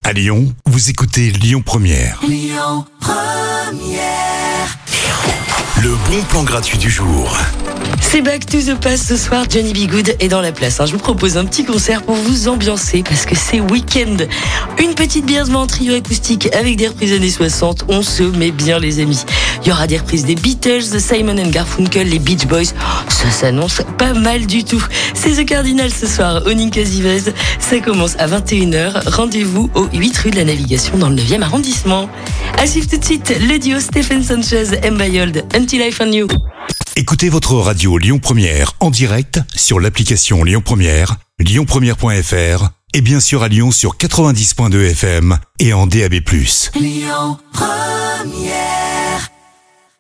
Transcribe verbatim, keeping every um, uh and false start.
À Lyon, vous écoutez Lyon Première. Lyon Première. Le bon plan gratuit du jour. C'est Back to the Past ce soir, Johnny B. Good est dans la place. Je vous propose un petit concert pour vous ambiancer parce que c'est week-end. Une petite bière en trio acoustique avec des reprises années soixante. On se met bien les amis. Il y aura des reprises des Beatles, de Simon and Garfunkel, les Beach Boys. Ça s'annonce pas mal du tout. C'est The Cardinal ce soir au Ninkasi-Vez. Ça commence à vingt et une heures. Rendez-vous au huit rue de la Navigation dans le neuvième arrondissement. À suivre tout de suite, le duo Stephen Sanchez, M. Bayold, Until I Find You. Écoutez votre radio Lyon Première en direct sur l'application Lyon Première, lyon première point f r et bien sûr à Lyon sur quatre-vingt-dix point deux F M et en D A B plus. Lyon Première.